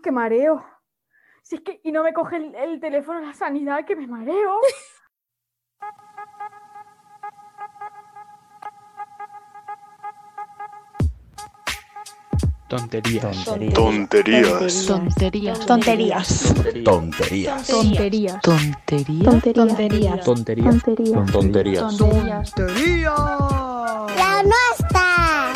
qué mareo. Si es que, y no me coge el teléfono la sanidad, que me mareo. Tonterías. Tonterías. Tonterías. Tonterías. Tonterías. Tonterías. Tonterías. Tonterías. ¡La nuestra!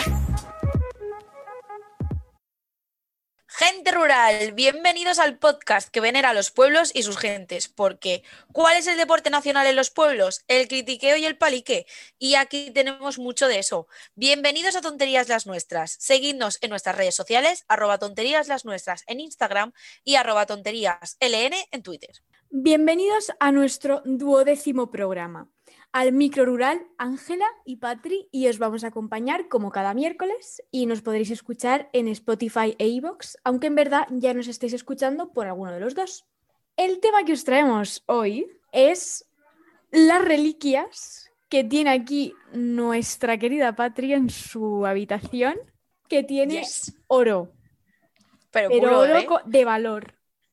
Gente rural, bienvenidos al podcast que venera a los pueblos y sus gentes, porque ¿cuál es el deporte nacional en los pueblos? El critiqueo y el palique, y aquí tenemos mucho de eso. Bienvenidos a Tonterías las Nuestras. Seguidnos en nuestras redes sociales, @tonterías las nuestras en Instagram y @tonteríasln en Twitter. Bienvenidos a nuestro 12º programa. Al micro rural, Ángela y Patri, y os vamos a acompañar como cada miércoles, y nos podréis escuchar en Spotify e iVoox, aunque en verdad ya nos estéis escuchando por alguno de los dos. El tema que os traemos hoy es las reliquias que tiene aquí nuestra querida Patri en su habitación, que tiene Yes. oro, Pero pero culo, oro de valor,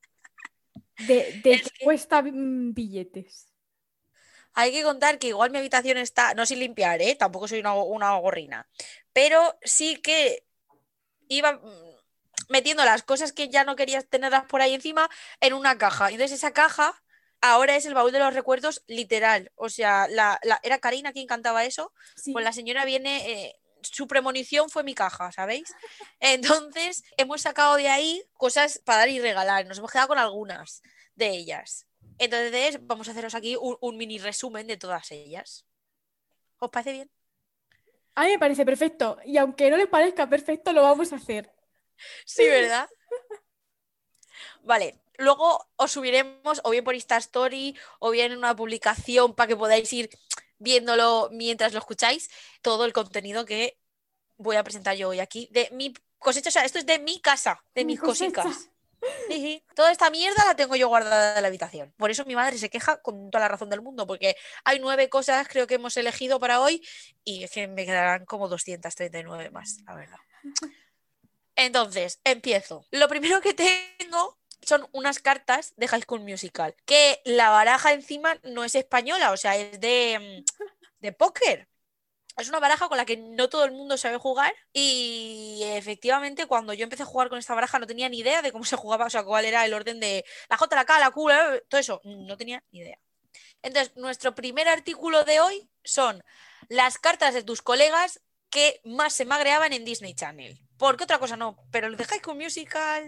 de Es que que- cuesta billetes. Hay que contar que igual mi habitación está, no sin limpiar, tampoco soy una gorrina, pero sí que iba metiendo las cosas que ya no querías tenerlas por ahí encima en una caja. Entonces esa caja ahora es el baúl de los recuerdos literal. O sea, era Karina quien cantaba eso, Sí. pues la señora viene, su premonición fue mi caja, ¿sabéis? Entonces hemos sacado de ahí cosas para dar y regalar. Nos hemos quedado con algunas de ellas. Entonces vamos a haceros aquí un mini resumen de todas ellas. ¿Os parece bien? A mí me parece perfecto, y aunque no les parezca perfecto, lo vamos a hacer. Sí, ¿verdad? Vale, luego os subiremos o bien por Insta Story o bien en una publicación para que podáis ir viéndolo mientras lo escucháis, todo el contenido que voy a presentar yo hoy aquí de mi cosecha. O sea, esto es de mi casa, de Mi mis cosecha. cositas. Sí. Toda esta mierda la tengo yo guardada en la habitación. Por eso mi madre se queja con toda la razón del mundo, porque hay 9 cosas, creo que hemos elegido para hoy, y es que me quedarán como 239 más, la verdad. Entonces, empiezo. Lo primero que tengo son unas cartas de High School Musical, que la baraja encima no es española, o sea, es de póker. Es una baraja con la que no todo el mundo sabe jugar, y efectivamente cuando yo empecé a jugar con esta baraja no tenía ni idea de cómo se jugaba, o sea, cuál era el orden de la J, la K, la Q, todo eso, no tenía ni idea. Entonces, nuestro primer artículo de hoy son las cartas de tus colegas que más se magreaban en Disney Channel. Porque otra cosa no, pero el de High School Musical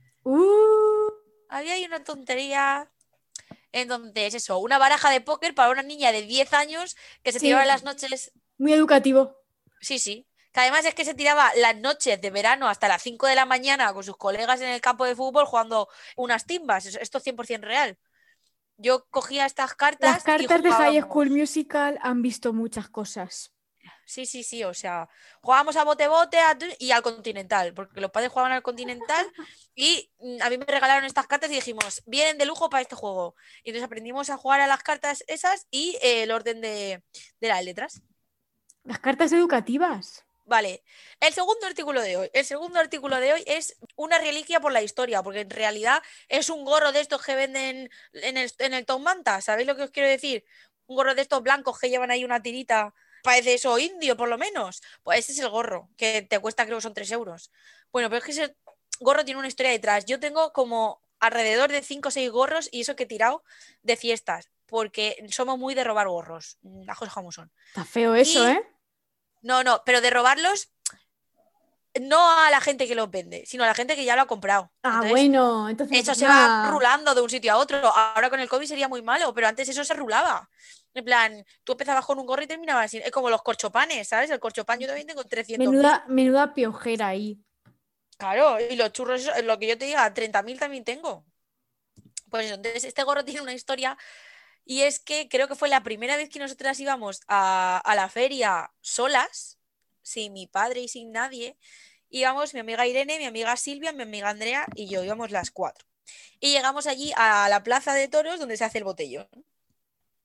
había ahí una tontería. Entonces, eso, una baraja de póker para una niña de 10 años que se Sí. tiraba en las noches. Muy educativo. Sí. Que además es que se tiraba las noches de verano hasta las 5 de la mañana con sus colegas en el campo de fútbol jugando unas timbas. Esto es 100% real. Yo cogía estas cartas Las cartas y de High School jugábamos. Musical han visto muchas cosas. Sí, o sea, jugábamos a bote y al Continental, porque los padres jugaban al Continental y a mí me regalaron estas cartas y dijimos, vienen de lujo para este juego. Y entonces aprendimos a jugar a las cartas esas y el orden de las letras. Las cartas educativas. Vale, el segundo artículo de hoy. El segundo artículo de hoy es una reliquia por la historia, porque en realidad es un gorro de estos que venden en el Tom Manta. ¿Sabéis lo que os quiero decir? Un gorro de estos blancos que llevan ahí una tirita. Parece eso indio, por lo menos. Pues ese es el gorro, que te cuesta, creo que son 3 euros. Bueno, pero es que ese gorro tiene una historia detrás. Yo tengo como alrededor de 5 o 6 gorros, y eso que he tirado de fiestas, porque somos muy de robar gorros. Las cosas como son. Está feo eso, ¿eh? No, pero de robarlos no a la gente que los vende, sino a la gente que ya lo ha comprado. Ah, Entonces, bueno, entonces no eso pasa se va nada. rulando de un sitio a otro. Ahora con el COVID sería muy malo, pero antes eso se rulaba. En plan, tú empezabas con un gorro y terminabas así. Es como los corchopanes, ¿sabes? El corchopan yo también tengo 300.000. Menuda piojera ahí. Claro, y los churros, lo que yo te diga, 30.000 también tengo. Pues eso, entonces este gorro tiene una historia, y es que creo que fue la primera vez que nosotras íbamos a la feria solas, sin mi padre y sin nadie. Íbamos mi amiga Irene, mi amiga Silvia, mi amiga Andrea y yo, íbamos las 4. Y llegamos allí a la plaza de toros donde se hace el botellón.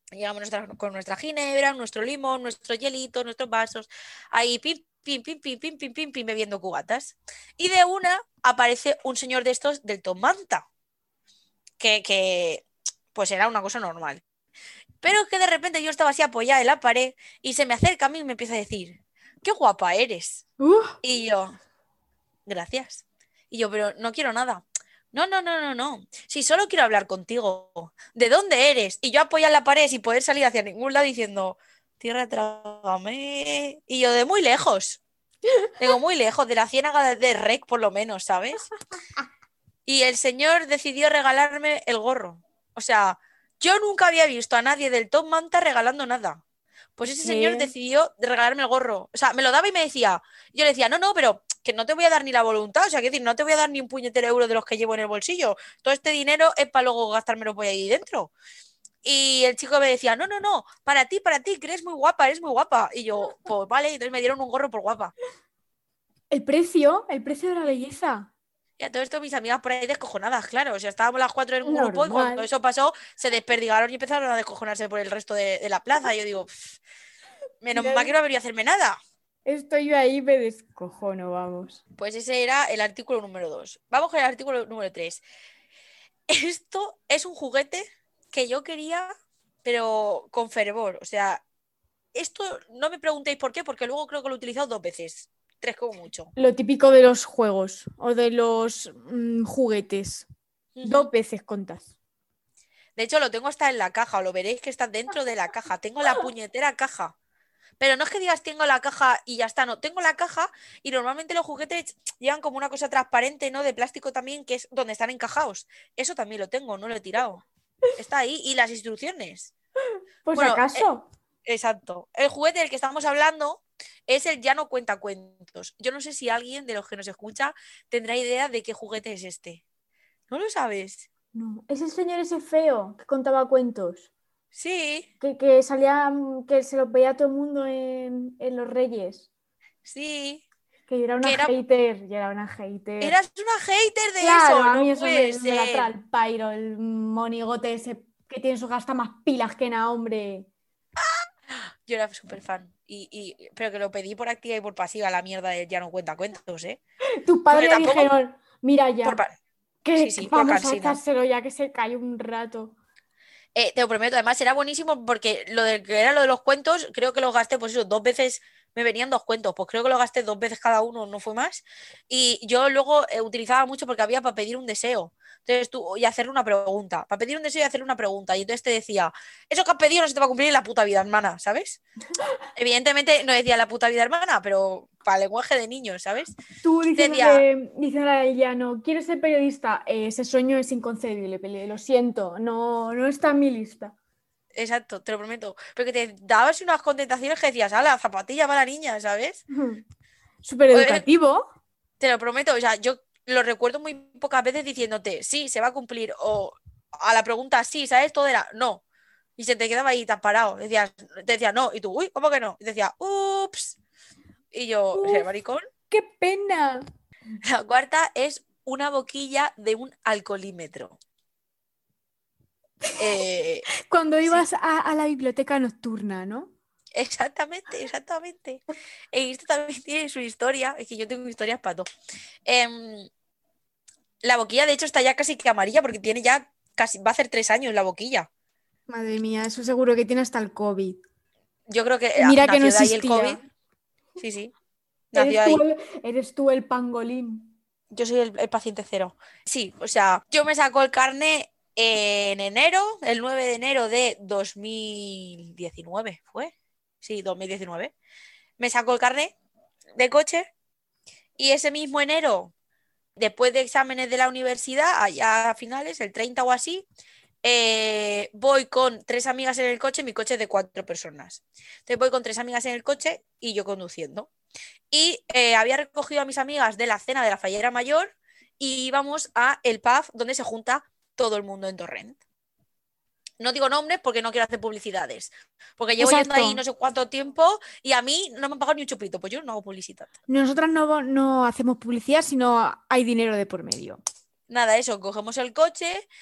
Llegamos con nuestra ginebra, nuestro limón, nuestro hielito, nuestros vasos, ahí pim, pim, pim, pim, pim, pim, pim, pim, bebiendo cubatas. Y de una aparece un señor de estos del Top Manta, que pues era una cosa normal. Pero es que de repente yo estaba así apoyada en la pared y se me acerca a mí y me empieza a decir, qué guapa eres. Y yo, gracias. Y yo, pero no quiero nada. No. Si solo quiero hablar contigo. ¿De dónde eres? Y yo apoyada en la pared sin poder salir hacia ningún lado diciendo, tierra, trágame. Y yo, de muy lejos. Digo, muy lejos, de la ciénaga de Rec, por lo menos, ¿sabes? Y el señor decidió regalarme el gorro. O sea, yo nunca había visto a nadie del Top Manta regalando nada. Pues ese señor decidió regalarme el gorro. O sea, me lo daba y me decía, yo le decía, no, pero que no te voy a dar ni la voluntad. O sea, que decir, no te voy a dar ni un puñetero euro de los que llevo en el bolsillo. Todo este dinero es para luego gastármelo por ahí dentro. Y el chico me decía, no, para ti, que eres muy guapa. Y yo, pues vale, entonces me dieron un gorro por guapa. El precio de la belleza. Y a todo esto mis amigas por ahí descojonadas, claro. O sea, estábamos las 4 en un grupo y Normal. cuando eso pasó, se desperdigaron y empezaron a descojonarse por el resto de la plaza. Y yo digo, menos mal que no ha venido a hacerme nada. Estoy yo ahí, me descojono, vamos. Pues ese era el artículo número 2. Vamos con el artículo número 3. Esto es un juguete que yo quería, pero con fervor. O sea, esto no me preguntéis por qué, porque luego creo que lo he utilizado 2 veces. 3 como mucho. Lo típico de los juegos o de los juguetes. 2 veces contas. De hecho, lo tengo hasta en la caja, o lo veréis que está dentro de la caja. Tengo la puñetera caja. Pero no es que digas tengo la caja y ya está, no. Tengo la caja y normalmente los juguetes llevan como una cosa transparente, ¿no? De plástico también, que es donde están encajados. Eso también lo tengo, no lo he tirado. Está ahí. ¿Y las instrucciones? Pues bueno, ¿acaso? Exacto. El juguete del que estamos hablando es el Ya no cuenta cuentos. Yo no sé si alguien de los que nos escucha tendrá idea de qué juguete es este. ¿No lo sabes? No. Es el señor ese feo que contaba cuentos. Sí. Que salía, que se los veía a todo el mundo en los Reyes. Sí. Que yo era una hater. Yo era una hater. Eras una hater de claro, eso. A mí no eso puede me ser. la trae el pairo, el monigote ese que tiene su gasta más pilas que nada, hombre. Yo era súper fan. Pero que lo pedí por activa y por pasiva, la mierda de Ya no cuenta cuentos, ¿eh? Tus padres dijeron, mira ya, que sí, vamos a echárselo ya que se cae un rato. Te lo prometo, además era buenísimo porque lo que era lo de los cuentos, creo que los gasté, pues eso, 2 veces, me venían 2 cuentos, pues creo que lo gasté 2 veces cada uno, no fue más. Y yo luego utilizaba mucho porque había para pedir un deseo. Entonces y hacerle una pregunta. Para pedir un deseo y hacerle una pregunta. Y entonces te decía, eso que has pedido no se te va a cumplir en la puta vida, hermana, ¿sabes? Evidentemente no decía la puta vida, hermana, pero para el lenguaje de niños, ¿sabes? Tú diciéndole a ella, no, quiero ser periodista, ese sueño es inconcebible, lo siento, no está en mi lista. Exacto, te lo prometo. Porque te dabas unas contentaciones que decías, la zapatilla para la niña, ¿sabes? Súper educativo. Te lo prometo, o sea, yo lo recuerdo muy pocas veces diciéndote, sí, se va a cumplir, o a la pregunta sí, ¿sabes? Todo era no. Y se te quedaba ahí tan parado. Te decía no, y tú, uy, ¿cómo que no? Y te decía, ups. Y yo, maricón. ¡Qué pena! La cuarta es una boquilla de un alcoholímetro. Cuando ibas a la biblioteca nocturna, ¿no? Exactamente. Y esto también tiene su historia. Es que yo tengo historias para todo. La boquilla, de hecho, está ya casi que amarilla porque tiene ya casi, va a hacer 3 años la boquilla. Madre mía, eso seguro que tiene hasta el COVID. Yo creo que mira que no nació de ahí el existía. COVID. Sí. Nació ahí. Eres tú el pangolín. Yo soy el paciente cero. Sí, o sea, yo me saco el carné en enero, el 9 de enero de 2019, ¿fue? Sí, 2019. Me saco el carné de coche y ese mismo enero, después de exámenes de la universidad, allá a finales, el 30 o así, voy con 3 amigas en el coche, mi coche es de 4 personas. Entonces voy con 3 amigas en el coche y yo conduciendo. Y había recogido a mis amigas de la cena de la Fallera Mayor y íbamos a el pub donde se junta todo el mundo en Torrent. No digo nombres porque no quiero hacer publicidades. Porque llevo yendo ahí no sé cuánto tiempo y a mí no me han pagado ni un chupito. Pues yo no hago publicidad. Nosotras no hacemos publicidad, sino hay dinero de por medio. Nada, eso, cogemos el coche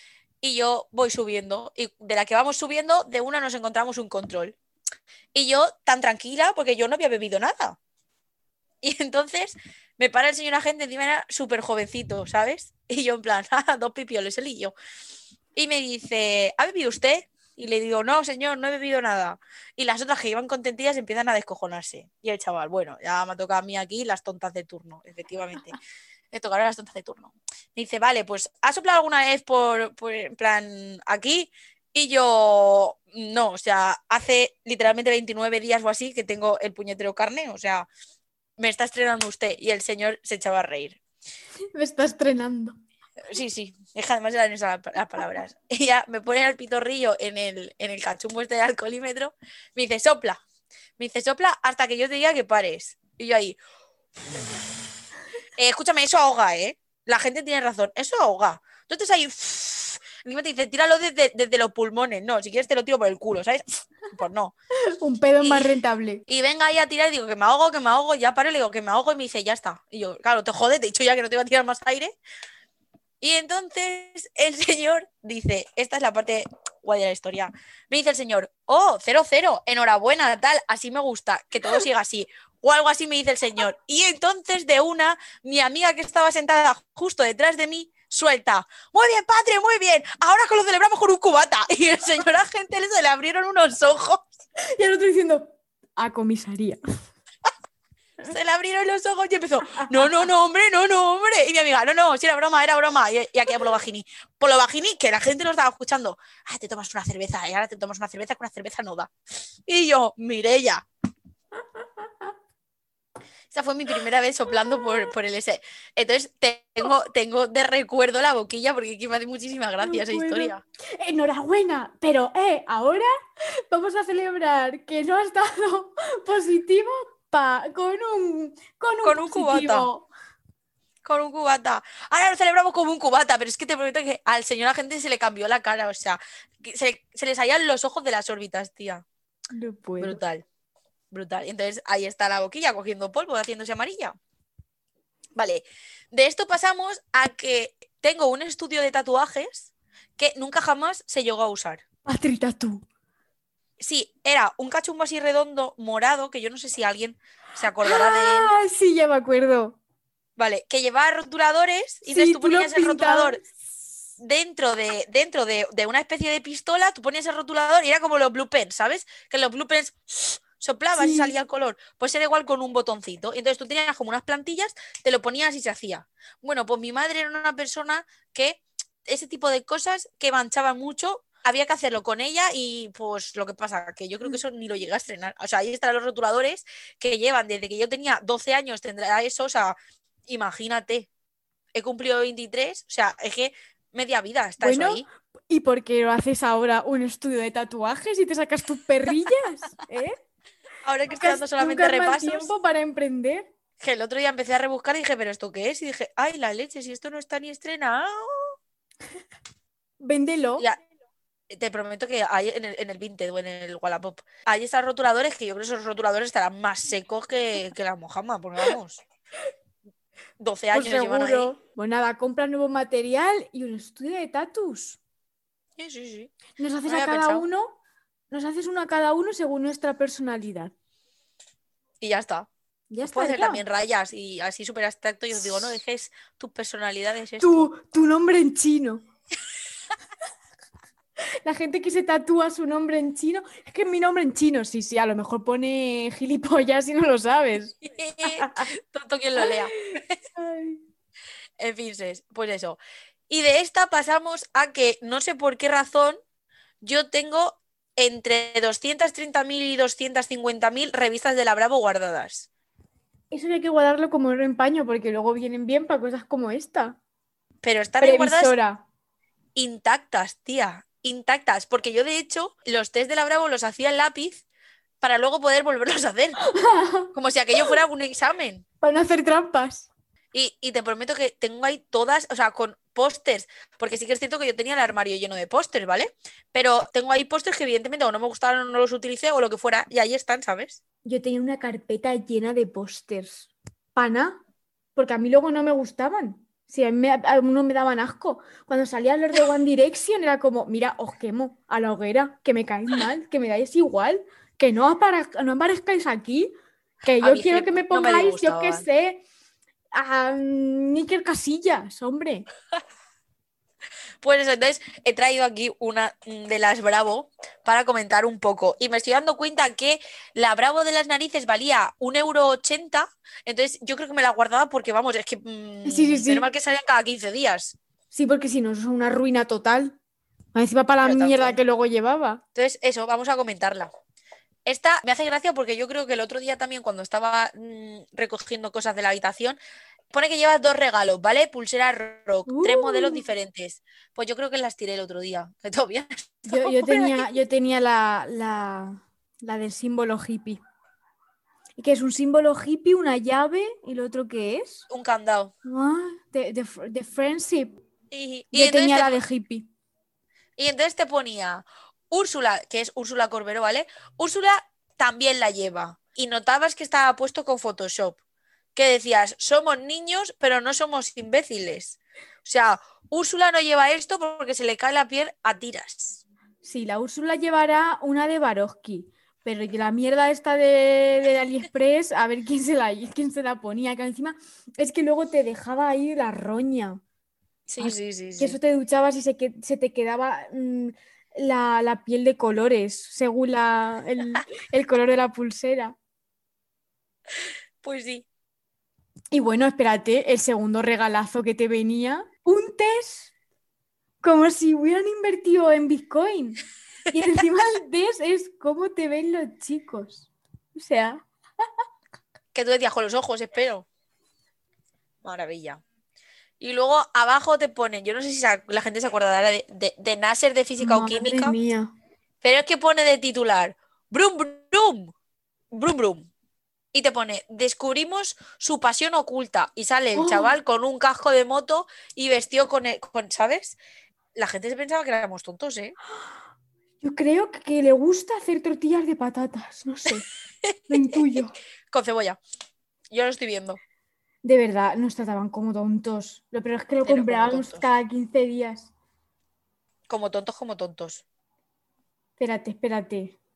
y yo voy subiendo. Y de la que vamos subiendo, de una nos encontramos un control. Y yo tan tranquila porque yo no había bebido nada. Y entonces me para el señor agente, encima era súper jovencito, ¿sabes? Y yo en plan, 2 pipioles, él y yo. Y me dice, ¿ha bebido usted? Y le digo, no, señor, no he bebido nada. Y las otras que iban contentillas empiezan a descojonarse. Y el chaval, bueno, ya me ha tocado a mí aquí las tontas de turno, efectivamente. Me tocaron las tontas de turno. Me dice, vale, pues ¿has soplado alguna vez por en plan aquí? Y yo, no, o sea, hace literalmente 29 días o así que tengo el puñetero carne, o sea, me está estrenando usted. Y el señor se echaba a reír. Me está estrenando. Sí, es que además eran esas las palabras. Y ya me ponen el pitorrillo en el cachumbo este del alcoholímetro, me dice, sopla. Me dice, sopla hasta que yo te diga que pares. Y yo ahí, escúchame, eso ahoga, ¿eh? La gente tiene razón, eso ahoga. Entonces ahí, encima te dice, tíralo desde los pulmones. No, si quieres te lo tiro por el culo, ¿sabes? Pues no. Un pedo es más rentable. Y venga ahí a tirar y digo, que me ahogo, ya paro y le digo, que me ahogo y me dice, ya está. Y yo, claro, te jodes, te he dicho ya que no te iba a tirar más aire. Y entonces el señor dice, esta es la parte guay de la historia, me dice el señor, 0-0, enhorabuena, tal, así me gusta, que todo siga así, o algo así me dice el señor. Y entonces de una, mi amiga que estaba sentada justo detrás de mí, suelta, muy bien, Patri, muy bien, ahora que lo celebramos con un cubata. Y el señor agente se le abrieron unos ojos. Y el otro diciendo, a comisaría. Se le abrieron los ojos y empezó, no, hombre. Y mi amiga, no, sí, era broma. Y aquí a Polo Vagini, que la gente no estaba escuchando. Te tomas una cerveza, y ahora te tomas una cerveza, que una cerveza no da. Y yo, Mireia. Esa fue mi primera vez soplando por el S. Entonces tengo de recuerdo la boquilla porque aquí me hace muchísima gracia esa historia. Enhorabuena, pero ahora vamos a celebrar que no ha estado positivo con un cubata. Con un cubata. Ahora lo celebramos como un cubata, pero es que te prometo que al señor agente se le cambió la cara, o sea, se le salían los ojos de las órbitas, tía. No puedo. Brutal. Y entonces ahí está la boquilla cogiendo polvo, haciéndose amarilla. Vale, de esto pasamos a que tengo un estudio de tatuajes que nunca jamás se llegó a usar. Patri Tatú. Sí, era un cachumbo así redondo, morado, que yo no sé si alguien se acordará de él. Ah, sí, ya me acuerdo. Vale, que llevaba rotuladores y entonces tú ponías el rotulador dentro de una especie de pistola, tú ponías el rotulador y era como los blue pens, ¿sabes? Que los blue pens soplabas y salía el color. Pues era igual con un botoncito. Entonces tú tenías como unas plantillas, te lo ponías y se hacía. Bueno, pues mi madre era una persona que ese tipo de cosas que manchaban mucho, había que hacerlo con ella y pues lo que pasa, que yo creo que eso ni lo llegué a estrenar. O sea, ahí están los rotuladores que llevan desde que yo tenía 12 años, tendrá eso, o sea, imagínate, he cumplido 23, o sea, es que media vida está eso ahí. ¿Y por qué no haces ahora un estudio de tatuajes y te sacas tus perrillas? Ahora que estoy dando solamente repasos. Tiempo para emprender. Que el otro día empecé a rebuscar y dije, ¿pero esto qué es? Y dije, ¡ay, la leche! Si esto no está ni estrenado. Véndelo. Ya, te prometo que hay en el Vinted o en el Wallapop hay esos rotuladores que yo creo que esos rotuladores estarán más secos que la mojama, porque vamos. 12 años pues llevan seguro. ahí. Pues nada, compra nuevo material y un estudio de tatus. Sí. Nos haces nos haces uno a cada uno según nuestra personalidad. Y ya está. Ya está. Puedes hacer también rayas y así súper abstracto. Y os digo, no dejes tus personalidades esto. Tu nombre en chino. La gente que se tatúa su nombre en chino. Es que mi nombre en chino, sí, a lo mejor pone gilipollas y no lo sabes. Tonto quien lo lea. Ay. En fin, pues eso. Y de esta pasamos a que no sé por qué razón yo tengo entre 230.000 y 250.000 revistas de la Bravo guardadas. Eso hay que guardarlo como oro en paño porque luego vienen bien para cosas como esta. Pero están ahí guardadas intactas, tía. Intactas. Porque yo, de hecho, los test de la Bravo los hacía en lápiz para luego poder volverlos a hacer. Como si aquello fuera un examen. Para no hacer trampas. Y te prometo que tengo ahí todas, o sea, con pósters, porque sí que es cierto que yo tenía el armario lleno de pósters, ¿vale? Pero tengo ahí pósters que evidentemente o no me gustaron o no los utilicé o lo que fuera, y ahí están, ¿sabes? Yo tenía una carpeta llena de pósters. Pana, porque a mí luego no me gustaban. Sí, algunos me daban asco. Cuando salían los de One Direction era como, mira, os quemo a la hoguera, que me caéis mal, que me dais igual, que no aparezcáis aquí, que A yo mí quiero que que me no me pongáis, yo qué disgustaban. sé, a Níker Casillas, hombre. Pues eso, entonces he traído aquí una de las Bravo para comentar un poco. Y me estoy dando cuenta que la Bravo de las narices valía 1,80 €. Entonces yo creo que me la guardaba porque, vamos, es que Sí, menos mal sí. que salían cada 15 días. Sí, porque si no, eso es una ruina total. Encima para la Pero tal mierda cual. que luego llevaba. Entonces, eso, vamos a comentarla. Esta me hace gracia porque yo creo que el otro día también, cuando estaba recogiendo cosas de la habitación, pone que llevas 2 regalos, ¿vale? Pulsera rock, 3 modelos Uh, diferentes. Pues yo creo que las tiré el otro día, que todavía yo, están yo por ahí. tenía, yo tenía la del símbolo hippie. ¿Y qué es un símbolo hippie, una llave? ¿Y lo otro qué es? Un candado. Ah, de Friendship. Y Yo entonces tenía la de hippie. te ponía Úrsula, que es Úrsula Corberó, ¿vale? Úrsula también la lleva. Y notabas que estaba puesto con Photoshop. Que decías, somos niños, pero no somos imbéciles. O sea, Úrsula no lleva esto porque se le cae la piel a tiras. Sí, la Úrsula llevará una de Swarovski. Pero la mierda esta de AliExpress, a ver quién se la ponía. Que encima es que luego te dejaba ahí la roña. Sí, sí, sí, Que eso sí. te duchabas y se te quedaba la piel de colores según el color de la pulsera. Pues sí. Y bueno, espérate, el segundo regalazo que te venía, un test como si hubieran invertido en Bitcoin. Y encima el test es cómo te ven los chicos. O sea, Que tú decías con los ojos, espero. Maravilla. Y luego abajo te ponen, yo no sé si la gente se acordará de Nasser de física o madre química, mía. pero es que pone de titular, brum, brum, brum, brum. Y te pone, descubrimos su pasión oculta. Y sale el ¡Oh! chaval con un casco de moto y vestido ¿sabes? La gente se pensaba que éramos tontos, ¿eh? Yo creo que le gusta hacer tortillas de patatas, no sé, lo intuyo. Con cebolla. Yo lo estoy viendo. De verdad, nos trataban como tontos. Lo peor es que lo Pero como comprábamos tontos. cada 15 días. Como tontos, como tontos. Espérate.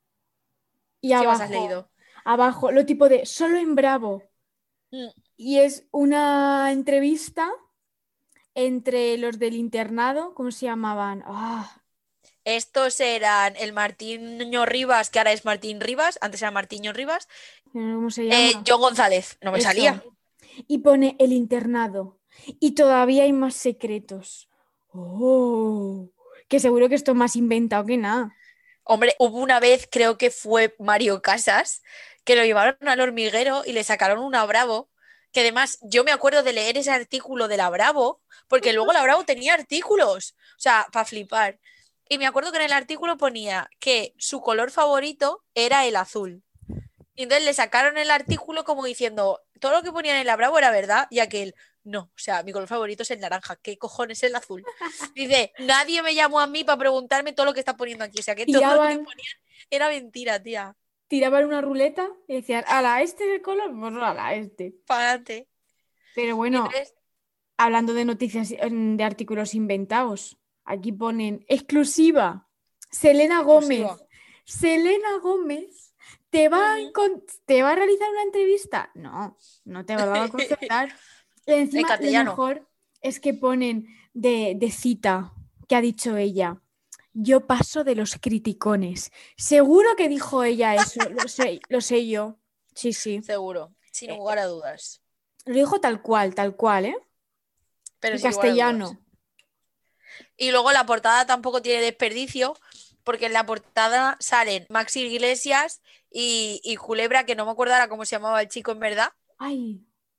Y ¿Qué más has abajo, leído? abajo, lo tipo de solo en Bravo. Mm. Y es una entrevista entre los del internado, ¿cómo se llamaban? Estos eran el Martiño Rivas, que ahora es Martín Rivas, antes era Martiño Rivas. ¿Cómo se llama? John González, no me Eso. salía. Y pone el internado. Y todavía hay más secretos. Oh, que seguro que esto es más inventado que nada. Hombre, hubo una vez, creo que fue Mario Casas, que lo llevaron al hormiguero y le sacaron una Bravo, que además yo me acuerdo de leer ese artículo de la Bravo, porque luego la Bravo tenía artículos, o sea, para flipar. Y me acuerdo que en el artículo ponía que su color favorito era el azul. Y entonces le sacaron el artículo como diciendo, todo lo que ponían en la Bravo era verdad, y aquel, no, o sea, mi color favorito es el naranja, ¿qué cojones es el azul? Dice, nadie me llamó a mí para preguntarme todo lo que está poniendo aquí, o sea, que todo lo que Tiraban, ponían era mentira, tía. tiraban una ruleta y decían, ala, este es el color, pues ala, este. Pagante. Pero Y bueno, entonces, hablando de noticias de artículos inventados, aquí ponen exclusiva. Selena Gómez. exclusiva. Selena Gómez Ujú. te va a realizar una entrevista. No, no te va a concertar. Y En encima, lo castellano. mejor es que ponen de cita que ha dicho ella. Yo paso de los criticones. Seguro que dijo ella eso. Lo sé yo. Sí, sí. Seguro, sin Eh, lugar a dudas. Lo dijo tal cual, ¿eh? Pero En sin lugar a dudas. castellano. Y luego la portada tampoco tiene desperdicio, porque en la portada salen Maxi Iglesias y Culebra, que no me acuerdo ahora cómo se llamaba el chico en verdad. Ay,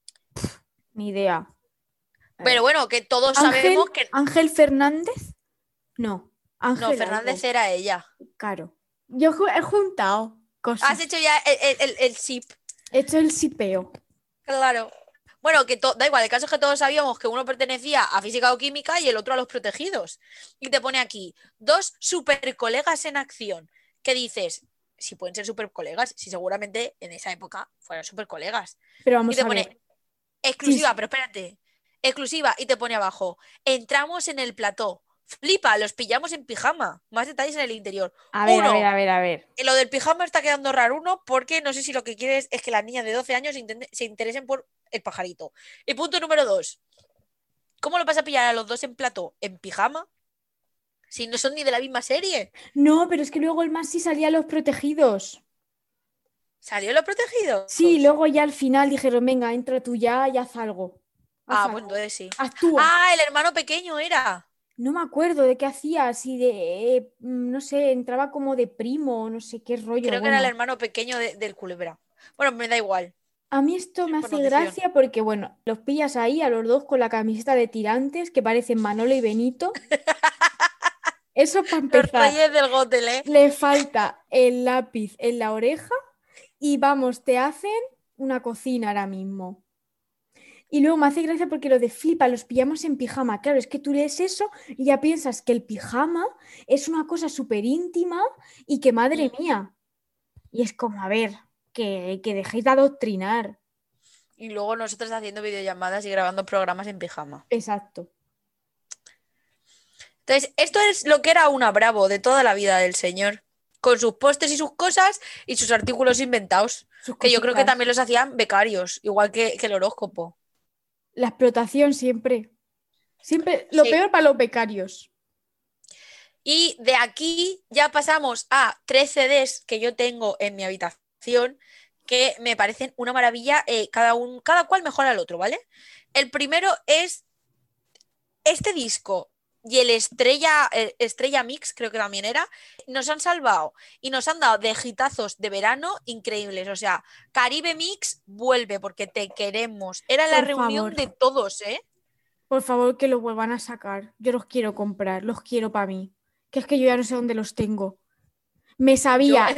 ni idea. Pero bueno, que todos Ángel, sabemos que Ángel Fernández. No, no, Ángel Fernández algo. era ella. Claro. Yo he juntado Has cosas. hecho ya el SIP, He hecho el sipeo. claro. Bueno, que da igual, el caso es que todos sabíamos que uno pertenecía a física o química y el otro a los protegidos. Y te pone aquí, dos super colegas en acción. ¿Qué dices? Si pueden ser super colegas, si seguramente en esa época fueron super colegas. Pero Y vamos te a ver. pone Sí, exclusiva, pero espérate. exclusiva, y te pone abajo, entramos en el plató. Flipa, los pillamos en pijama. Más detalles en el interior. A ver, Uno, a ver. lo del pijama está quedando raro, porque no sé si lo que quieres es que las niñas de 12 años se interesen por el pajarito. Y punto número 2. ¿Cómo lo vas a pillar a los dos en plató? ¿En pijama? Si no son ni de la misma serie. No, pero es que luego el más sí salía Los Protegidos. ¿Salió Los Protegidos? Sí, luego ya al final dijeron, venga, entra tú ya y haz algo. Haz Pues algo. entonces sí. Actúa. El hermano pequeño era. No me acuerdo de qué hacía, si de, no sé, entraba como de primo, no sé qué rollo. Creo que era el hermano pequeño del culebra. Bueno, me da igual. A mí esto me Por hace notición. gracia porque, bueno, los pillas ahí a los dos con la camiseta de tirantes que parecen Manolo y Benito. Eso para Los empezar. reyes del Gotel, ¿eh? Le falta el lápiz en la oreja y vamos, te hacen una cocina ahora mismo. Y luego me hace gracia porque lo de flipa, los pillamos en pijama. Claro, es que tú lees eso y ya piensas que el pijama es una cosa súper íntima y que madre mía. Y es como, a ver, que dejéis de adoctrinar. Y luego nosotros haciendo videollamadas y grabando programas en pijama. Exacto. Entonces, esto es lo que era una Bravo de toda la vida del señor. Con sus postes y sus cosas y sus artículos inventados. Que yo creo que también los hacían becarios, igual que el horóscopo. La explotación siempre. Siempre lo peor para los becarios. Y de aquí ya pasamos a 3 CDs que yo tengo en mi habitación que me parecen una maravilla, cada cual mejor al otro, ¿vale? El primero es este disco y el Estrella Mix, creo que también era, nos han salvado y nos han dado de hitazos de verano increíbles. O sea, Caribe Mix vuelve porque te queremos. Era la reunión de todos, ¿eh? Por favor, que lo vuelvan a sacar. Yo los quiero comprar, los quiero para mí. Que es que yo ya no sé dónde los tengo. Me sabía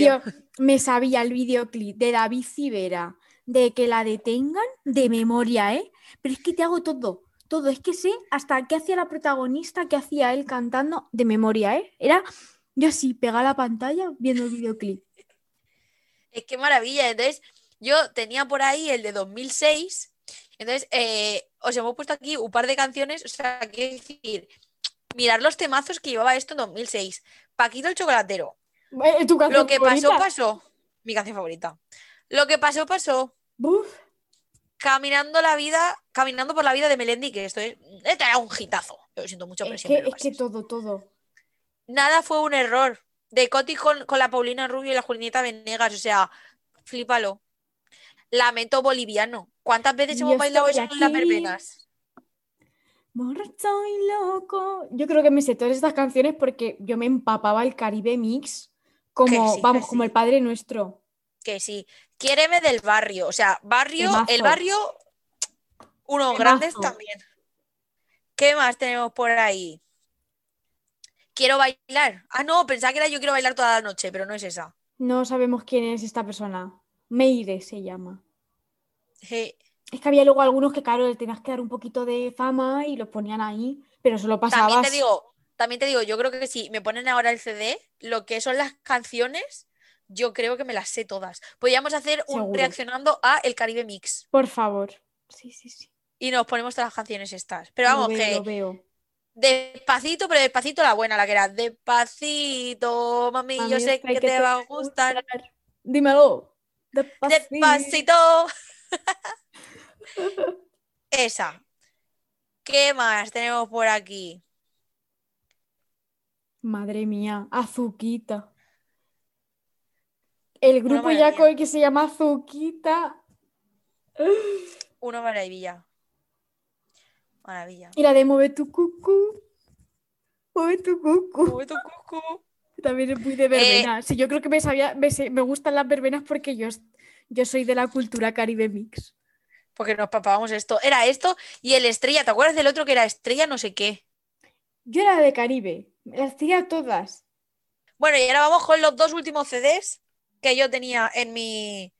el videoclip de David Civera, de que la detengan de memoria, ¿eh? Pero es que te hago todo. Todo, es que sé hasta qué hacía la protagonista, qué hacía él cantando de memoria, ¿eh? Era yo así, pegada a la pantalla viendo el videoclip. Es que maravilla. Entonces, yo tenía por ahí el de 2006. Entonces, os hemos puesto aquí un par de canciones. O sea, quiero decir, mirar los temazos que llevaba esto en 2006. Paquito el chocolatero. ¿Tu canción Lo que favorita? pasó. Mi canción favorita. Lo que pasó. Buf. Caminando por la vida de Melendi, que esto era un hitazo. Yo lo siento mucho, pero siempre Es que todo. Nada fue un error. De Coti con la Paulina Rubio y la Julieta Venegas, o sea, flípalo. Lamento boliviano. ¿Cuántas veces hemos bailado eso en las verbenas? Borracho y loco. Yo creo que me sé todas estas canciones porque yo me empapaba el Caribe Mix como, como el Padre Nuestro. Que sí. Quiéreme del barrio. O sea, el barrio, unos Temazo. grandes también. ¿Qué más tenemos por ahí? Quiero bailar. No, pensaba que era Yo quiero bailar toda la noche, pero no es esa. No sabemos quién es esta persona. Meire se llama. Sí. Es que había luego algunos que, claro, le tenías que dar un poquito de fama y los ponían ahí, pero solo pasabas. También te digo, yo creo que si me ponen ahora el CD, lo que son las canciones, yo creo que me las sé todas. Podríamos hacer un reaccionando a el Caribe Mix. Por favor. Sí. Y nos ponemos todas las canciones estas. Pero vamos, lo veo. Despacito, pero despacito la buena, la que era despacito, mami, yo sé que te va a gustar. Dímelo. Despacito. Esa. ¿Qué más tenemos por aquí? Madre mía, Azuquita. El grupo Yacoy que se llama Azuquita. Una maravilla. Maravilla. Y la de Mueve tu cucú. Mueve tu cucú. Mueve tu cucú. También es muy de verbena. Sí, yo creo que me gustan las verbenas porque yo soy de la cultura Caribe Mix. Porque nos papábamos esto. Era esto y el Estrella. ¿Te acuerdas del otro que era Estrella no sé qué? Yo era de Caribe. Las tenía todas. Bueno, y ahora vamos con los 2 últimos CDs que yo tenía en mi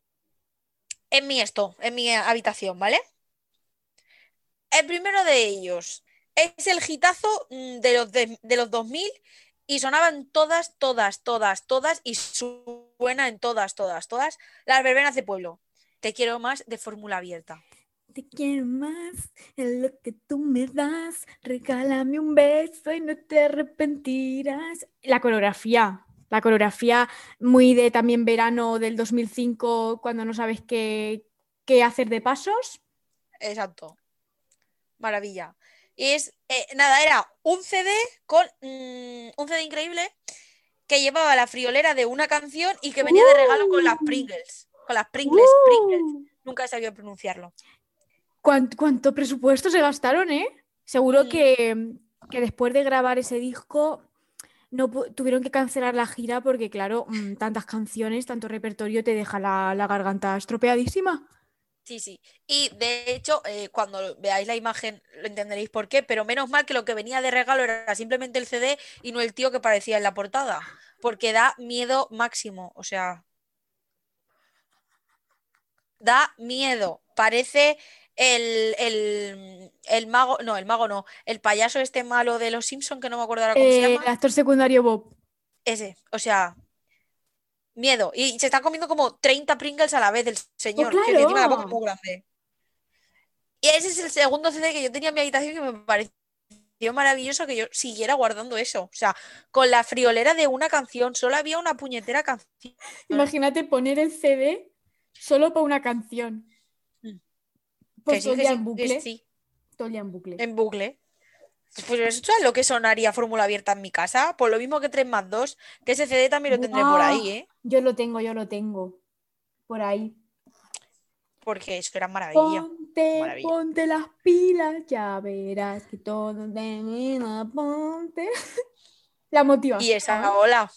habitación, ¿vale? El primero de ellos es el hitazo de los 2000 y sonaban todas y suena en todas las verbenas de pueblo. Te quiero más de fórmula abierta. te quiero más, en lo que tú me das, regálame un beso y no te arrepentirás. La coreografía muy de también verano del 2005, cuando no sabes qué hacer de pasos. Exacto. Maravilla. Y nada, era un CD con un CD increíble que llevaba la friolera de una canción y que venía de regalo con las Pringles. Con las Pringles. Nunca he sabido pronunciarlo. ¿Cuánto presupuesto se gastaron, eh? Seguro que después de grabar ese disco no tuvieron que cancelar la gira porque, claro, tantas canciones, tanto repertorio te deja la garganta estropeadísima. Sí, sí. Y de hecho, cuando veáis la imagen lo entenderéis por qué, pero menos mal que lo que venía de regalo era simplemente el CD y no el tío que parecía en la portada, porque da miedo máximo, o sea, da miedo. Parece el mago, no, el mago no, el payaso este malo de los Simpson, que no me acuerdo ahora cómo se El llama, actor secundario Bob. ese, o sea, miedo. Y se está comiendo como 30 Pringles a la vez el ¡Oh, señor, que encima la boca es claro! muy grande. Y ese es el segundo CD que yo tenía en mi habitación que me pareció maravilloso que yo siguiera guardando eso. O sea, con la friolera de una canción, solo había una puñetera canción. Imagínate poner el CD solo para una canción. Pues Que todo sí, el que día sí, en que bucle. sí, Todo el día en bucle. en bucle. Pues eso es lo que sonaría fórmula abierta en mi casa. Por lo mismo que 3+2, que ese CD también lo tendré por ¡Buah! ahí, ¿eh? Yo lo tengo. Por ahí. Porque eso era maravilla. Maravilla. Ponte las pilas, ya verás que todo termina, ponte. La Y motivación. esa ola,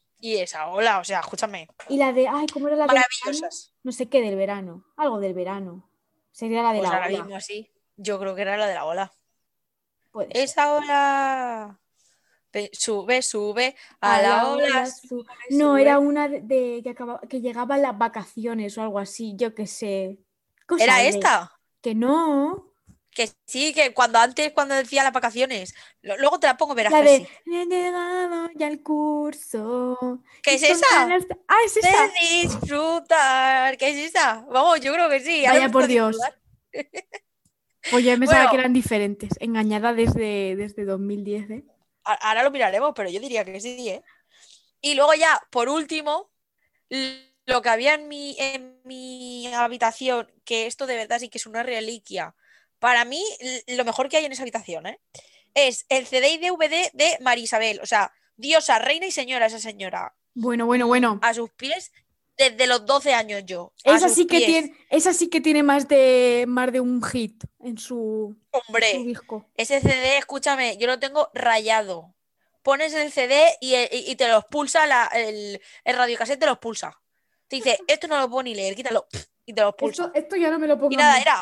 o sea, escúchame, Y la de, ay, ¿cómo era la del verano? maravillosas. No sé qué del verano. Algo del verano. Sería la de Pues la ahora ola. mismo así, yo creo que era la de la ola. Puede ser. Esa ola. Sube, sube a A la la ola, ola sube, No, era sube. una que llegaban las vacaciones o algo así, yo qué sé. ¿Era Cosas de esta? que no. Que sí, que cuando decía las vacaciones. Luego te la pongo, verás La que de sí. he llegado ya al curso. ¿Qué Y es con esa? ganas Ah, es De esa. disfrutar. ¿Qué es esa? Vamos, yo creo que sí. ¿Has Vaya visto por Dios. disfrutar? Pues yo pensaba que Bueno, eran diferentes. Engañada desde 2010, ¿eh? ahora lo miraremos, pero yo diría que sí, ¿eh? Y luego ya, por último, lo que había en mi habitación, que esto de verdad sí que es una reliquia. Para mí, lo mejor que hay en esa habitación, ¿eh? Es el CD y DVD de María Isabel. O sea, diosa, reina y señora, esa señora. Bueno. A sus pies, desde los 12 años yo. A sus pies. Esa sí que tiene más de un hit en su Hombre, disco. ese CD, escúchame, yo lo tengo rayado. Pones el CD y te lo expulsa, el radiocassette te lo expulsa. Te dice, esto no lo puedo ni leer, quítalo. Y te lo expulsa. Esto ya no me lo Y pongan nada, más.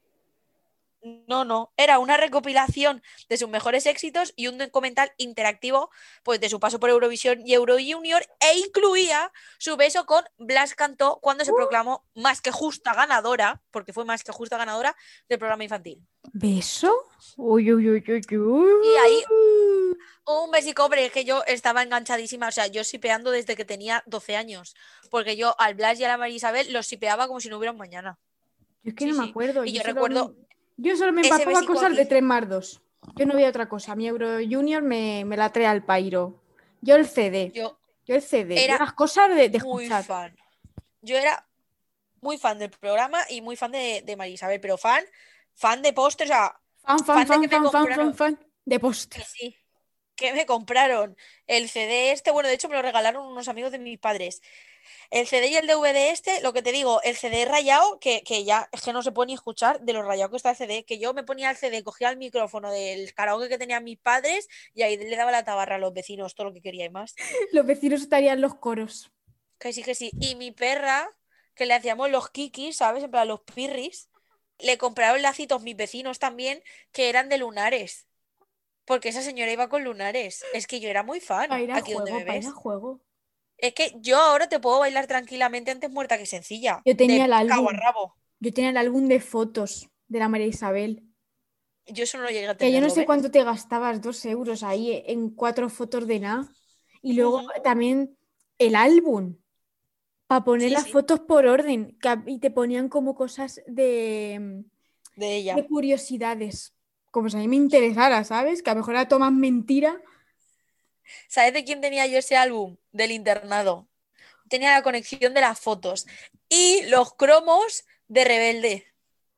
era una recopilación de sus mejores éxitos y un documental interactivo, pues de su paso por Eurovisión y Euro Junior, e incluía su beso con Blas Cantó cuando se proclamó más que justa ganadora, porque fue más que justa ganadora del programa infantil. ¿Beso? Uy, uy, uy, uy, Y ahí, uy. un besico, hombre, es que yo estaba enganchadísima, o sea, yo sipeando desde que tenía 12 años, porque yo al Blas y a la María Isabel los sipeaba como si no hubiera un mañana. Yo es que Sí, no me sí. acuerdo. Y Yo yo solo, recuerdo yo solo me ese empapaba besico cosas de aquí. 3+2. Yo no veía otra cosa. Mi Euro Junior me la trae al pairo. Yo el CD. Yo Yo el CD. Yo era las cosas de muy escuchar. fan. Yo era muy fan del programa y muy fan de María Isabel, pero fan de postres, o sea, fan de que me compraron, Fan. De que postres. sí, que me compraron el CD este, bueno, de hecho me lo regalaron unos amigos de mis padres. El CD y el DVD este, lo que te digo, el CD rayado, que ya es que no se puede ni escuchar de lo rayado que está el CD, que yo me ponía el CD, cogía el micrófono del karaoke que tenían mis padres y ahí le daba la tabarra a los vecinos, todo lo que quería y más. Los vecinos estarían los coros. Que sí, que sí. Y mi perra, que le hacíamos los kikis, ¿sabes? En plan, los pirris, le compraron lacitos mis vecinos también, que eran de lunares. Porque esa señora iba con lunares. Es que yo era muy fan, aquí donde me Para ir a ves. juego. Es que yo ahora te puedo bailar tranquilamente antes muerta que sencilla. Yo tenía el De cabo a álbum. rabo. Yo tenía el álbum de fotos de la María Isabel. Yo eso no lo llegué a Que yo no tenerlo, sé ¿ves? cuánto te gastabas, 2 euros ahí en 4 fotos de nada. Y luego Ujú. también el álbum, para poner Sí, las sí. fotos por orden. Y te ponían como cosas de de ella. de curiosidades. Como si a mí me interesara, ¿sabes? Que a lo mejor era todo más mentira. ¿Sabes de quién tenía yo ese álbum? Del internado. Tenía la conexión de las fotos y los cromos de Rebelde.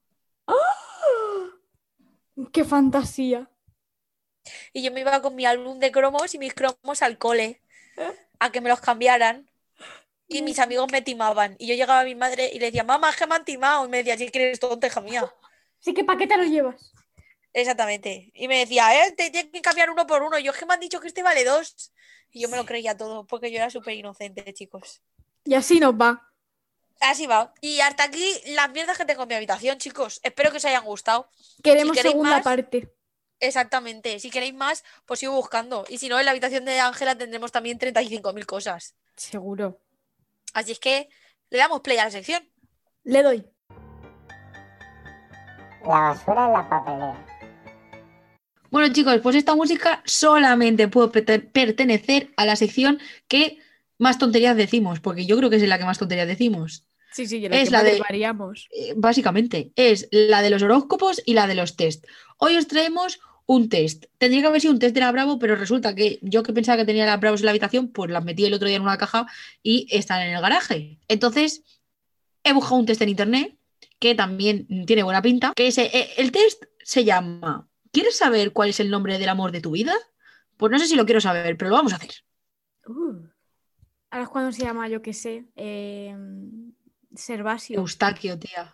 ¡Qué fantasía! Y yo me iba con mi álbum de cromos y mis cromos al cole a que me los cambiaran. Y mis amigos me timaban. Y yo llegaba a mi madre y le decía, mamá, es que me han timado. Y me decía, sí que eres tonta, hija mía. Sí, ¿qué paquete lo llevas? Exactamente. Y me decía, te tienes que cambiar uno por uno. Y yo, es que me han dicho que este vale 2. Y yo me lo creía todo porque yo era súper inocente, chicos. Y así nos va. Así va. Y hasta aquí las mierdas que tengo en mi habitación, chicos. Espero que os hayan gustado. Queremos Si queréis segunda más, parte. exactamente. Si queréis más, pues sigo buscando. Y si no, en la habitación de Ángela tendremos también 35.000 cosas. Seguro. Así es que le damos play a la sección. Le doy. La basura en la papelera. Bueno, chicos, pues esta música solamente puede pertenecer a la sección que más tonterías decimos, porque yo creo que es la que más tonterías decimos. Sí, sí, Es que la de- variamos. Básicamente, es la de los horóscopos y la de los test. Hoy os traemos un test. Tendría que haber sido un test de la Bravo, pero resulta que yo que pensaba que tenía las Bravos en la habitación, pues las metí el otro día en una caja y están en el garaje. Entonces, he buscado un test en internet que también tiene buena pinta, que el test se llama ¿Quieres saber cuál es el nombre del amor de tu vida? Pues no sé si lo quiero saber, pero lo vamos a hacer. Ahora es cuando se llama, yo qué sé, Servasio. Eustaquio, tía.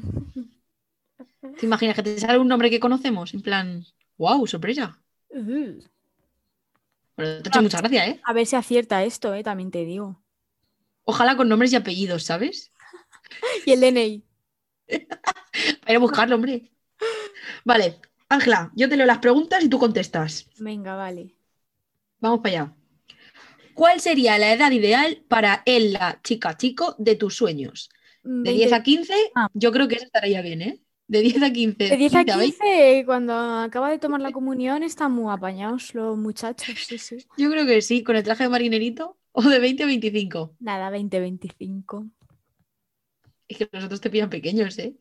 ¿Te imaginas que te sale un nombre que conocemos? En plan, wow, sorpresa. Bueno, te ha hecho mucha gracia, ¿eh? A ver si acierta esto, también te digo. Ojalá con nombres y apellidos, ¿sabes? Y el DNI. Para ir a buscarlo, hombre. Vale, Ángela, yo te leo las preguntas y tú contestas. Venga, vale. Vamos para allá. ¿Cuál sería la edad ideal para el, la chica, chico de tus sueños? De 10 a 15, yo creo que eso estaría bien, ¿eh? De 10 a 15. De 10 a 20. 15, cuando acaba de tomar la comunión, están muy apañados los muchachos, sí, sí. Yo creo que sí, con el traje de marinerito. O de 20 a 25. Nada, 20-25. Es que los otros te pillan pequeños, ¿eh?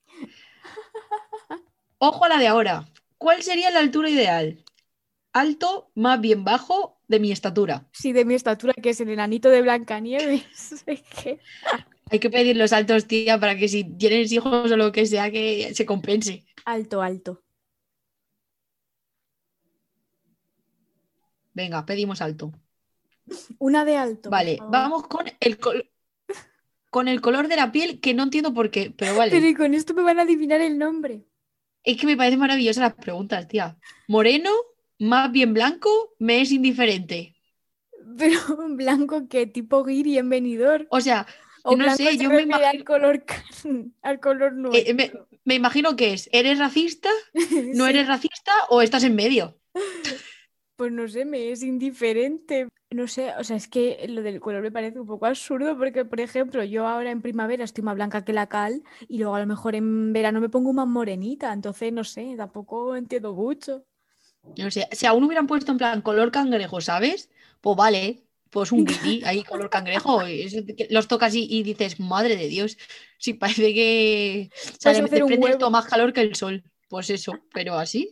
Ojo a la de ahora. ¿Cuál sería la altura ideal? Alto, más bien bajo, de mi estatura. Sí, de mi estatura, que es el enanito de Blancanieves. Es que... Hay que pedir los altos, tía, para que si tienes hijos o lo que sea, que se compense. Alto, alto. Venga, pedimos alto. Una de alto. Vale, vamos con el color de la piel, que no entiendo por qué, pero vale. Pero y con esto me van a adivinar el nombre. Es que me parecen maravillosas las preguntas, tía. Moreno, más bien blanco, me es indiferente. Pero blanco, ¿qué? Tipo guiri en venidor. O sea, O no blanco sé, se yo me refiere imagino... al color nuestro. me imagino que es, ¿eres racista? ¿No Sí. eres racista o estás en medio? Pues no sé, me es indiferente. No sé, o sea, es que lo del color me parece un poco absurdo porque, por ejemplo, yo ahora en primavera estoy más blanca que la cal y luego a lo mejor en verano me pongo más morenita, entonces no sé, tampoco entiendo mucho. No sé, si aún hubieran puesto en plan color cangrejo, ¿sabes? Pues vale, pues un guiri ahí color cangrejo, los tocas y dices, madre de Dios, si parece que Puedes hacer un desprende huevo. esto más calor que el sol. Pues eso, pero así.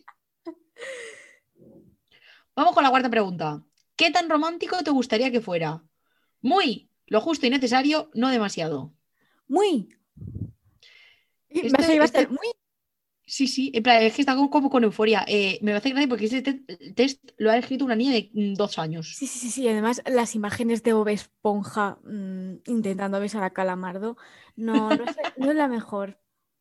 Vamos con la cuarta pregunta. ¿Qué tan romántico te gustaría que fuera? Muy, lo justo y necesario, no demasiado. Muy. Me Este- hace gracia este- el muy. Sí, sí, en plan, es que está como con euforia. Me hace gracia porque este test lo ha escrito una niña de 2 años. Sí, sí, sí, sí. Además, las imágenes de Bob Esponja intentando besar a Calamardo no es la mejor.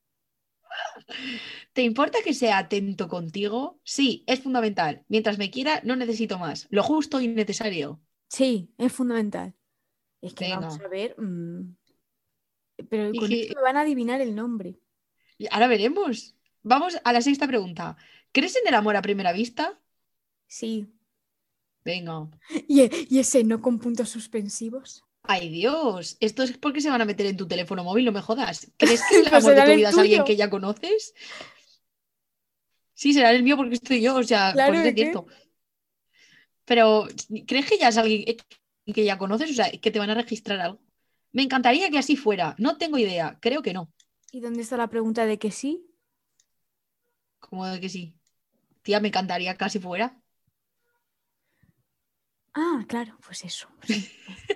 ¿Te importa que sea atento contigo? Sí, es fundamental. Mientras me quiera, no necesito más. Lo justo y necesario. Sí, es fundamental. Es que Venga. vamos a ver. Pero Y con que- esto me van a adivinar el nombre. Ahora veremos. Vamos a la sexta pregunta. ¿Crees en el amor a primera vista? Sí. Venga. ¿Y ese no con puntos suspensivos? Ay, Dios. Esto es porque se van a meter en tu teléfono móvil, no me jodas. ¿Crees que el Pues amor de será tu el vida es alguien tuyo. que ya conoces? Sí, será el mío porque estoy yo, o sea, Claro, por eso es ¿de qué? cierto. Pero, ¿crees que ya es alguien que ya conoces? O sea, que te van a registrar algo. Me encantaría que así fuera. No tengo idea. Creo que no. ¿Y dónde está la pregunta de que sí? Como de que sí. Tía, me encantaría casi fuera. Ah, claro, pues eso. Sí.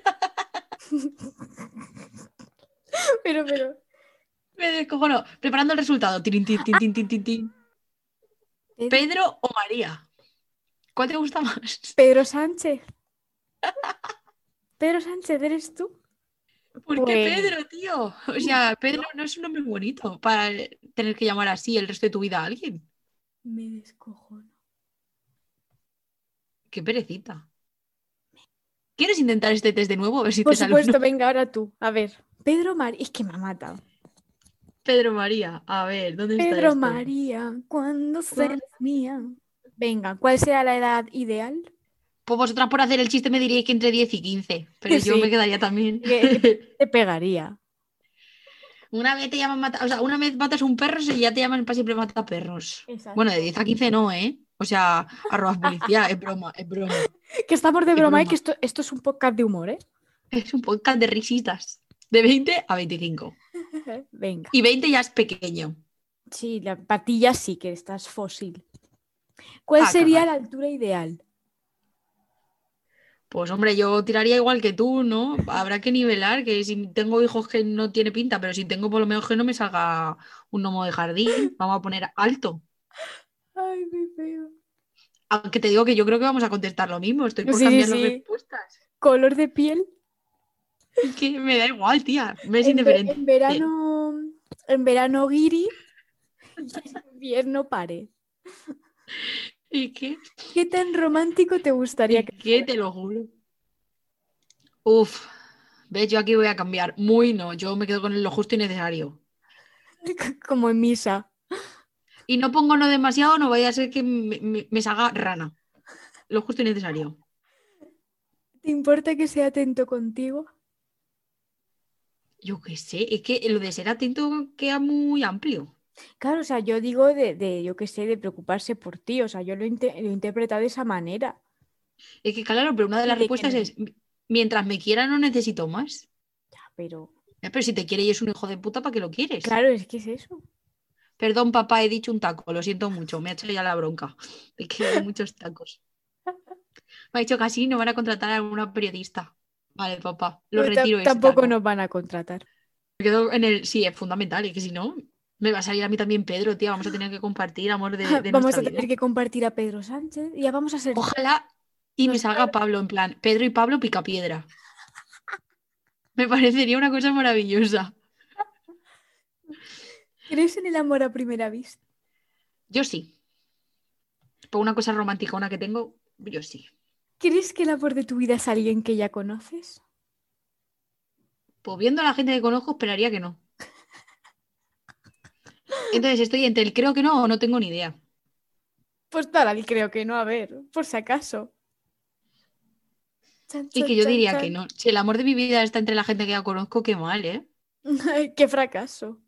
Pero. Me descojono. Preparando el resultado. Tin, tin, tin, tin, tin, tin, tin. ¿Pedro o María? ¿Cuál te gusta más? Pedro Sánchez. Pedro Sánchez, ¿eres tú? ¿Por qué Pues Pedro, tío? O sea, Pedro no es un nombre bonito para tener que llamar así el resto de tu vida a alguien. me descojono. Qué perecita. ¿Quieres intentar este test de nuevo? A ver si Por te sale supuesto, uno. venga, ahora tú. A ver, Pedro María. Es que me ha matado. Pedro María. A ver, ¿dónde está Pedro esto? María, cuando ¿Cuál? seas mía. Venga, ¿cuál será la edad ideal? Pues vosotras por hacer el chiste me diríais que entre 10 y 15, pero yo me Sí, quedaría también. te pegaría. Una vez te llaman o sea, una vez matas un perro y ya te llaman para siempre mata perros. Bueno, de Exacto. 10 a 15 no, ¿eh? O sea, arrobas policía, es broma, es broma, Que estamos de es broma y que broma. esto es un podcast de humor, ¿eh? Es un podcast de risitas. De 20 a 25. Venga. Y 20 ya es pequeño. Sí, la patilla sí que estás fósil. ¿Cuál A sería cagar. la altura ideal? Pues hombre, yo tiraría igual que tú, ¿no? Habrá que nivelar, que si tengo hijos que no tiene pinta, pero si tengo por lo menos que no me salga un gnomo de jardín, vamos a poner alto. Ay, qué feo. Aunque te digo que yo creo que vamos a contestar lo mismo, estoy por Sí, sí, cambiar las sí. respuestas. Color de piel. Es que me da igual, tía, me es En, ve- indiferente. en verano, en verano guiri y en invierno pare. ¿Y qué? ¿Qué tan romántico te gustaría ¿Y que qué? Te lo juro. Uf, ves, yo aquí voy a cambiar. Muy no, yo me quedo con lo justo y necesario. fuera? Como en misa. Y no pongo no demasiado, no vaya a ser que me salga rana. Lo justo y necesario. ¿Te importa que sea atento contigo? Yo qué sé, es que lo de ser atento queda muy amplio. Claro, o sea, yo digo yo qué sé, de preocuparse por ti. O sea, yo lo he interpretado de esa manera. Es que claro, pero una de Y las de que respuestas no. es, mientras me quiera no necesito más. Ya, pero. Pero si te quiere y es un hijo de puta, ¿para qué lo quieres? Claro, es que es eso. Perdón, papá, he dicho un taco, lo siento mucho, me ha hecho ya la bronca. Es que hay muchos tacos. Me ha dicho que así no van a contratar a alguna periodista. Vale, papá, lo Pues retiro ese tampoco taco. nos van a contratar. Me quedo en el. Sí, es fundamental, y que si no, me va a salir a mí también Pedro, tía. Vamos a tener que compartir amor de Vamos nuestra a tener vida. que compartir a Pedro Sánchez y ya vamos a ser. Ojalá y me Nos- salga Pablo, en plan, Pedro y Pablo Picapiedra. Me parecería una cosa maravillosa. ¿Crees en el amor a primera vista? Yo sí. Por una cosa romántica, una que tengo, yo sí. ¿Crees que el amor de tu vida es alguien que ya conoces? Pues viendo a la gente que conozco, esperaría que no. Entonces estoy entre el creo que no o no tengo ni idea. Pues tal, creo que no, a ver, por si acaso. Chan, Y chan, que yo chan, diría que chan. no. Si el amor de mi vida está entre la gente que ya conozco, qué mal, ¿eh? Ay, qué fracaso.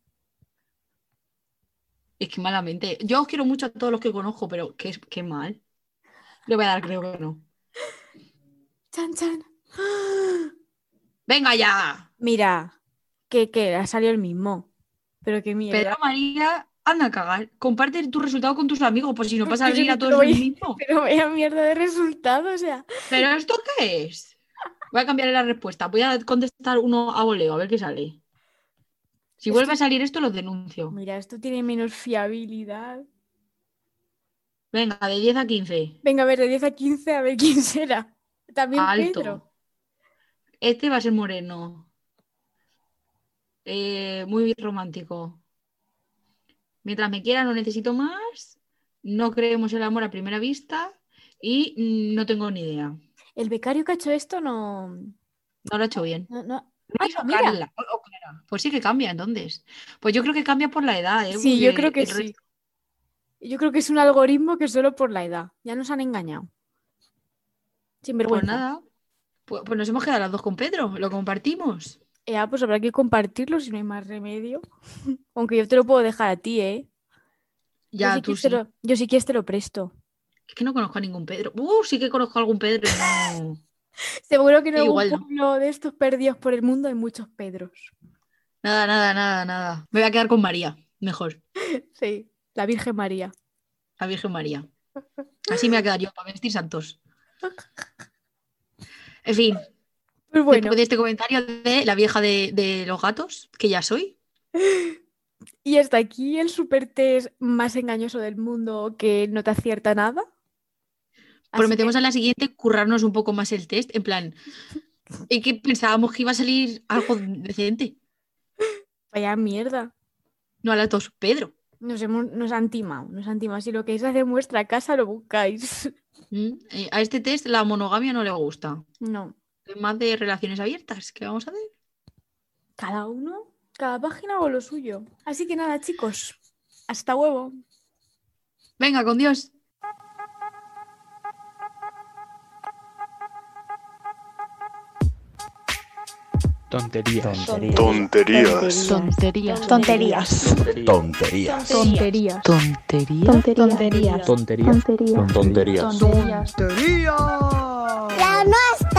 Es que malamente. Yo os quiero mucho a todos los que conozco, pero qué mal. Le voy a dar creo que no. Chan, chan. ¡Venga ya! Mira, que ha salido el mismo. Pero qué Pedro mierda. María, anda a cagar. Comparte tu resultado con tus amigos, pues si no pasa a venir Pero, a todos el mismo. pero vaya mierda de resultado, o sea. ¿Pero esto qué es? Voy a cambiar la respuesta. Voy a contestar uno a voleo, a ver qué sale. Si vuelve a salir esto, lo denuncio. Mira, esto tiene menos fiabilidad. Venga, de 10 a 15. Venga, a ver, de 10 a 15, a ver quién será. También Alto. Pedro. Este va a ser moreno. Muy romántico. Mientras me quiera, no necesito más. No creemos el amor a primera vista. Y no tengo ni idea. El becario que ha hecho esto no. No lo he hecho bien. No. No Ay, hizo no, mira. Carla. O Clara. Pues sí que cambia entonces. Pues yo creo que cambia por la edad, ¿eh? Sí, yo creo Porque que el sí. resto. Yo creo que es un algoritmo que solo por la edad. Ya nos han engañado. Sin Pues vergüenza. nada. Pues nos hemos quedado las dos con Pedro. Lo compartimos. Pues habrá que compartirlo si no hay más remedio. Aunque yo te lo puedo dejar a ti, ¿eh? Ya, tú sí. Yo sí que te lo presto. Es que no conozco a ningún Pedro. Sí que conozco a algún Pedro y no. Seguro que en algún Igual no. pueblo de estos perdidos por el mundo hay muchos Pedros. Nada. Me voy a quedar con María. Mejor. Sí, la Virgen María. a Virgen María. Así me ha quedado yo para vestir santos. En fin, Pues bueno, después de este comentario de la vieja de los gatos, que ya soy. y hasta aquí el super test más engañoso del mundo que no te acierta nada. Así Prometemos que- a la siguiente currarnos un poco más el test, en plan, y que pensábamos que iba a salir algo decente, Vaya mierda. no a las dos, Pedro. Nos han timado. Si lo queréis hacer en vuestra casa, lo buscáis. A este test la monogamia no le gusta. No. Es más de relaciones abiertas. ¿Qué vamos a hacer? Cada uno, cada página con lo suyo. Así que nada, chicos. Hasta huevo. Venga, con Dios. Tonterías. Tonterías. Tonterías. Tonterías. Tonterías. Tonterías. Tonterías. Tonterías. Tonterías. La nuestra.